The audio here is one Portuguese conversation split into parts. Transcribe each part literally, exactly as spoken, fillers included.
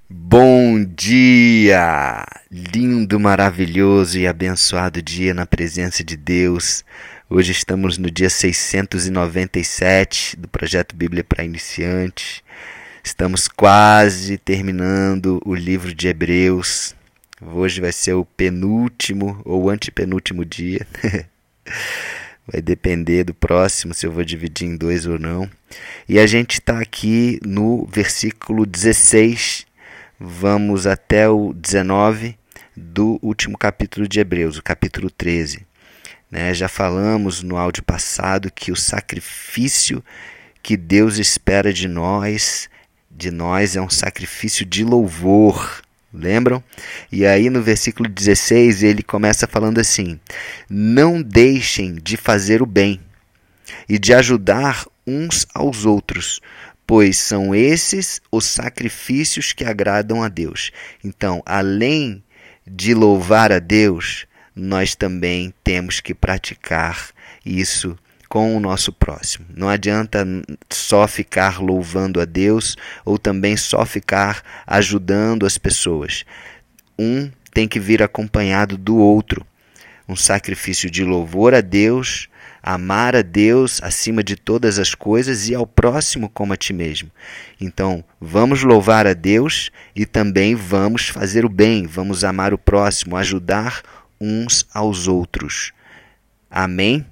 Bom dia! Lindo, maravilhoso e abençoado dia na presença de Deus. Hoje estamos no dia seiscentos e noventa e sete do Projeto Bíblia para Iniciantes. Estamos quase terminando o livro de Hebreus. Hoje vai ser o penúltimo ou antepenúltimo dia. Vai depender do próximo, se eu vou dividir em dois ou não. E a gente está aqui no versículo dezesseis. Vamos até o dezenove do último capítulo de Hebreus, o capítulo treze. Né? Já falamos no áudio passado que o sacrifício que Deus espera de nós, de nós é um sacrifício de louvor. Lembram? E aí no versículo dezesseis ele começa falando assim: não deixem de fazer o bem e de ajudar uns aos outros, pois são esses os sacrifícios que agradam a Deus. Então, além de louvar a Deus, nós também temos que praticar isso com o nosso próximo. Não adianta só ficar louvando a Deus ou também só ficar ajudando as pessoas. Um tem que vir acompanhado do outro. Um sacrifício de louvor a Deus, amar a Deus acima de todas as coisas e ao próximo como a ti mesmo. Então, vamos louvar a Deus e também vamos fazer o bem, vamos amar o próximo, ajudar uns aos outros. Amém?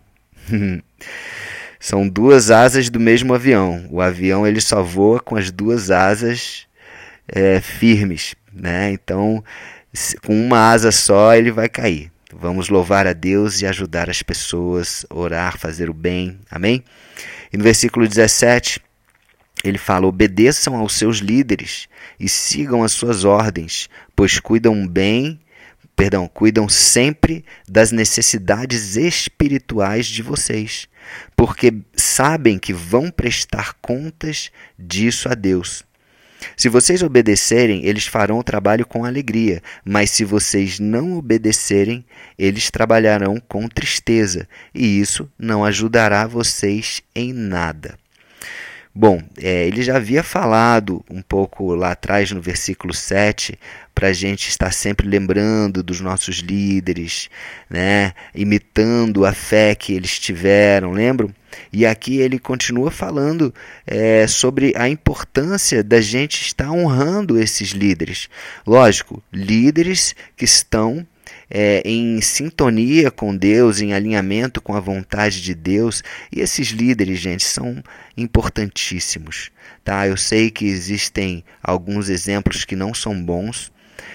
São duas asas do mesmo avião. O avião ele só voa com as duas asas é, firmes, né? Então, com uma asa só ele vai cair. Vamos louvar a Deus e ajudar as pessoas, orar, fazer o bem. Amém? E no versículo dezessete, ele fala: obedeçam aos seus líderes e sigam as suas ordens, pois cuidam bem, perdão, cuidam sempre das necessidades espirituais de vocês, porque sabem que vão prestar contas disso a Deus. Se vocês obedecerem, eles farão o trabalho com alegria, mas se vocês não obedecerem, eles trabalharão com tristeza, e isso não ajudará vocês em nada. Bom, é, ele já havia falado um pouco lá atrás no versículo sete, para a gente estar sempre lembrando dos nossos líderes, né? Imitando a fé que eles tiveram, lembram? E aqui ele continua falando é, sobre a importância da gente estar honrando esses líderes. Lógico, líderes que estão É, em sintonia com Deus, em alinhamento com a vontade de Deus. E esses líderes, gente, são importantíssimos. Tá? Eu sei que existem alguns exemplos que não são bons,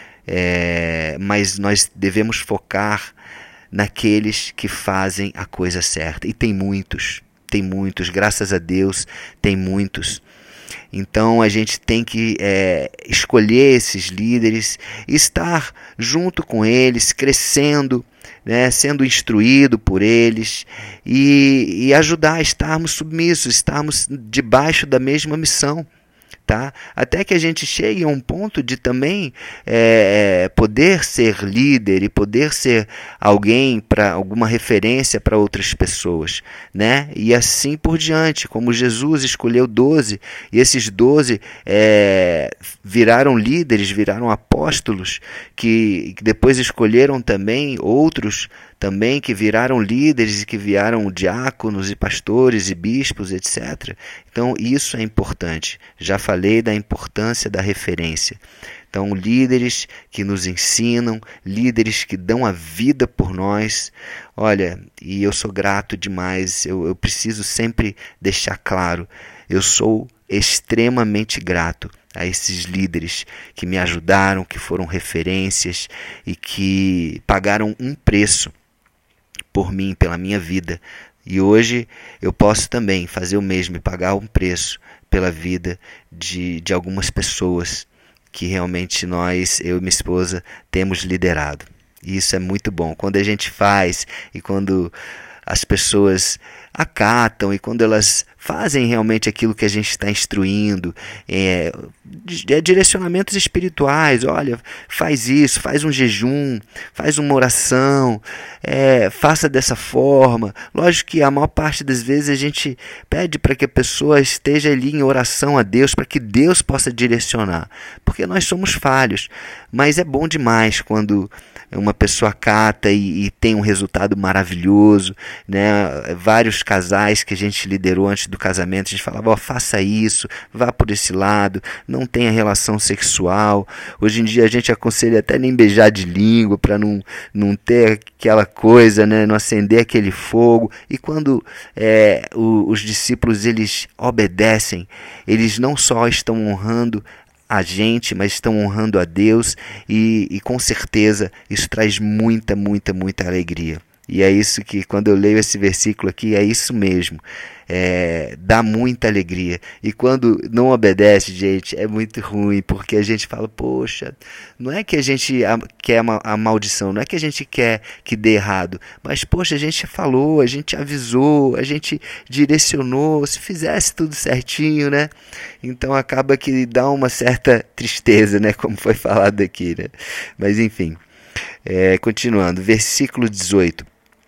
é, mas nós devemos focar naqueles que fazem a coisa certa. E tem muitos, tem muitos, graças a Deus, tem muitos. Então a gente tem que é, escolher esses líderes, estar junto com eles, crescendo, né, sendo instruído por eles e, e ajudar a estarmos submissos, estarmos debaixo da mesma missão. Tá? Até que a gente chegue a um ponto de também é, poder ser líder e poder ser alguém, para alguma referência para outras pessoas, né? E assim por diante, como Jesus escolheu doze, e esses doze é, viraram líderes, viraram apóstolos, que, que depois escolheram também outros também que viraram líderes e que viraram diáconos e pastores e bispos, etcétera. Então isso é importante. Já falei da importância da referência. Então líderes que nos ensinam, líderes que dão a vida por nós. Olha, e eu sou grato demais, eu, eu preciso sempre deixar claro, eu sou extremamente grato a esses líderes que me ajudaram, que foram referências e que pagaram um preço por mim, pela minha vida. E hoje eu posso também fazer o mesmo e pagar um preço pela vida de, de algumas pessoas que realmente nós, eu e minha esposa, temos liderado. E isso é muito bom. Quando a gente faz e quando as pessoas acatam e quando elas fazem realmente aquilo que a gente está instruindo, é, é, direcionamentos espirituais, olha, faz isso, faz um jejum, faz uma oração, é, faça dessa forma. Lógico que a maior parte das vezes a gente pede para que a pessoa esteja ali em oração a Deus, para que Deus possa direcionar, porque nós somos falhos, mas é bom demais quando uma pessoa acata e, e tem um resultado maravilhoso, né? Vários casais que a gente liderou antes do casamento, a gente falava, ó, faça isso, vá por esse lado, não tenha relação sexual. Hoje em dia a gente aconselha até nem beijar de língua para não, não ter aquela coisa, né? Não acender aquele fogo. E quando é, o, os discípulos eles obedecem, eles não só estão honrando a gente, mas estão honrando a Deus e, e com certeza isso traz muita, muita, muita alegria. E é isso que, quando eu leio esse versículo aqui, é isso mesmo. É, dá muita alegria. E quando não obedece, gente, é muito ruim, porque a gente fala, poxa, não é que a gente quer a maldição, não é que a gente quer que dê errado, mas, poxa, a gente falou, a gente avisou, a gente direcionou, se fizesse tudo certinho, né? Então acaba que dá uma certa tristeza, né? Como foi falado aqui, né? Mas enfim, é, continuando, versículo dezoito.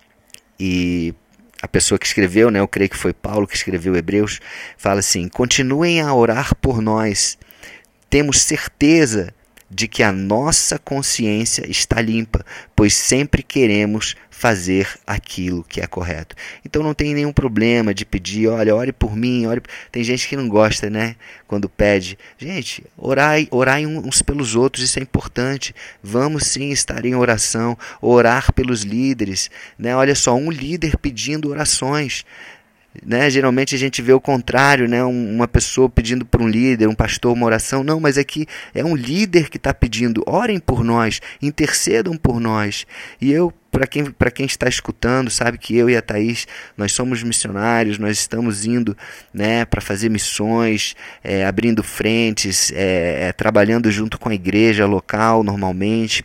E a pessoa que escreveu, né, eu creio que foi Paulo que escreveu Hebreus, fala assim: continuem a orar por nós, temos certeza de que a nossa consciência está limpa, pois sempre queremos fazer aquilo que é correto. Então não tem nenhum problema de pedir, olha, ore por mim, ore... Tem gente que não gosta, né, quando pede. Gente, orai, orai uns pelos outros, isso é importante. Vamos sim estar em oração, orar pelos líderes, né? Olha só, um líder pedindo orações. Né? Geralmente a gente vê o contrário, né? Uma pessoa pedindo por um líder, um pastor, uma oração. Não, mas aqui é um líder que está pedindo, orem por nós, intercedam por nós. E eu, para quem, para quem está escutando, sabe que eu e a Thaís, nós somos missionários, nós estamos indo, né, para fazer missões, é, abrindo frentes, é, é, trabalhando junto com a igreja local normalmente.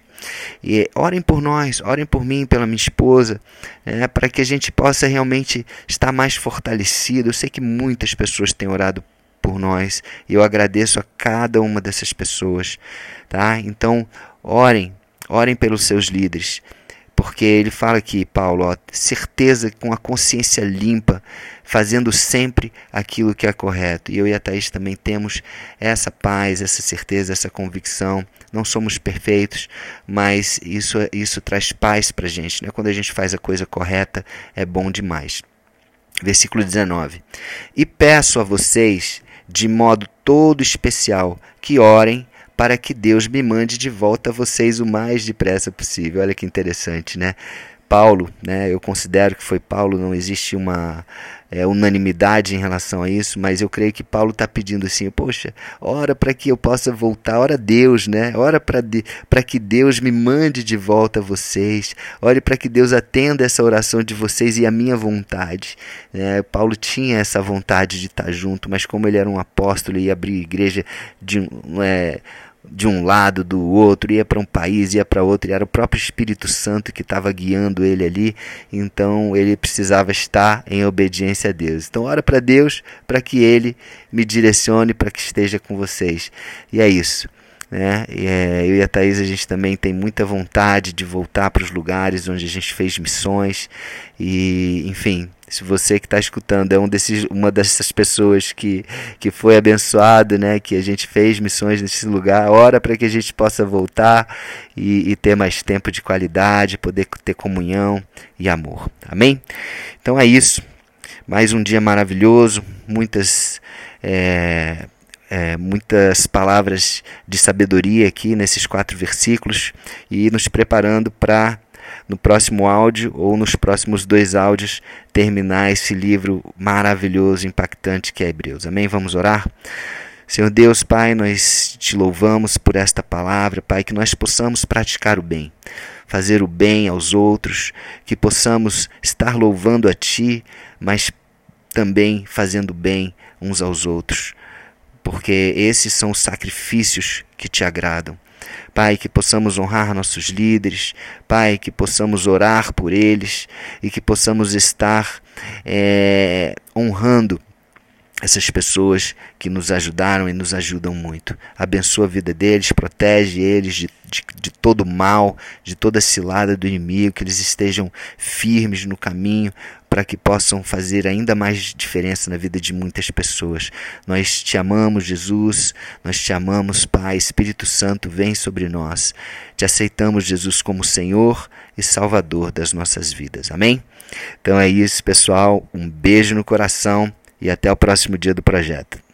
E orem por nós, orem por mim, pela minha esposa, né, para que a gente possa realmente estar mais fortalecido. Eu sei que muitas pessoas têm orado por nós e eu agradeço a cada uma dessas pessoas, tá? Então, orem, orem pelos seus líderes, porque ele fala aqui, Paulo, ó, certeza, com a consciência limpa, fazendo sempre aquilo que é correto. E eu e a Thaís também temos essa paz, essa certeza, essa convicção. Não somos perfeitos, mas isso, isso traz paz para a gente, né? Quando a gente faz a coisa correta, é bom demais. Versículo dezenove. E peço a vocês, de modo todo especial, que orem para que Deus me mande de volta a vocês o mais depressa possível. Olha que interessante, né? Paulo, né, eu considero que foi Paulo, não existe uma é, unanimidade em relação a isso, mas eu creio que Paulo está pedindo assim, poxa, ora para que eu possa voltar, ora Deus, né, ora para de, para que Deus me mande de volta a vocês, ore para que Deus atenda essa oração de vocês e a minha vontade. É, Paulo tinha essa vontade de estar junto, mas como ele era um apóstolo e abrir igreja de um... É, de um lado, do outro, ia para um país, ia para outro, e era o próprio Espírito Santo que estava guiando ele ali, então ele precisava estar em obediência a Deus. Então ora para Deus, para que ele me direcione, para que esteja com vocês. E é isso. Né? E, é, eu e a Thaís, a gente também tem muita vontade de voltar para os lugares onde a gente fez missões, e enfim, se você que está escutando é um desses, uma dessas pessoas que, que foi abençoado, né, que a gente fez missões nesse lugar, ora para que a gente possa voltar e, e ter mais tempo de qualidade, poder ter comunhão e amor. Amém? Então é isso. Mais um dia maravilhoso, muitas... É, É, muitas palavras de sabedoria aqui nesses quatro versículos e nos preparando para no próximo áudio ou nos próximos dois áudios terminar esse livro maravilhoso, impactante que é Hebreus. Amém? Vamos orar? Senhor Deus, Pai, nós te louvamos por esta palavra, Pai, que nós possamos praticar o bem, fazer o bem aos outros, que possamos estar louvando a Ti, mas também fazendo bem uns aos outros, porque esses são os sacrifícios que te agradam. Pai, que possamos honrar nossos líderes, Pai, que possamos orar por eles e que possamos estar é, honrando essas pessoas que nos ajudaram e nos ajudam muito. Abençoa a vida deles, protege eles de, de, de todo mal, de toda cilada do inimigo, que eles estejam firmes no caminho para que possam fazer ainda mais diferença na vida de muitas pessoas. Nós te amamos, Jesus, nós te amamos, Pai. Espírito Santo, vem sobre nós. Te aceitamos, Jesus, como Senhor e Salvador das nossas vidas. Amém? Então é isso, pessoal. Um beijo no coração. E até o próximo dia do projeto.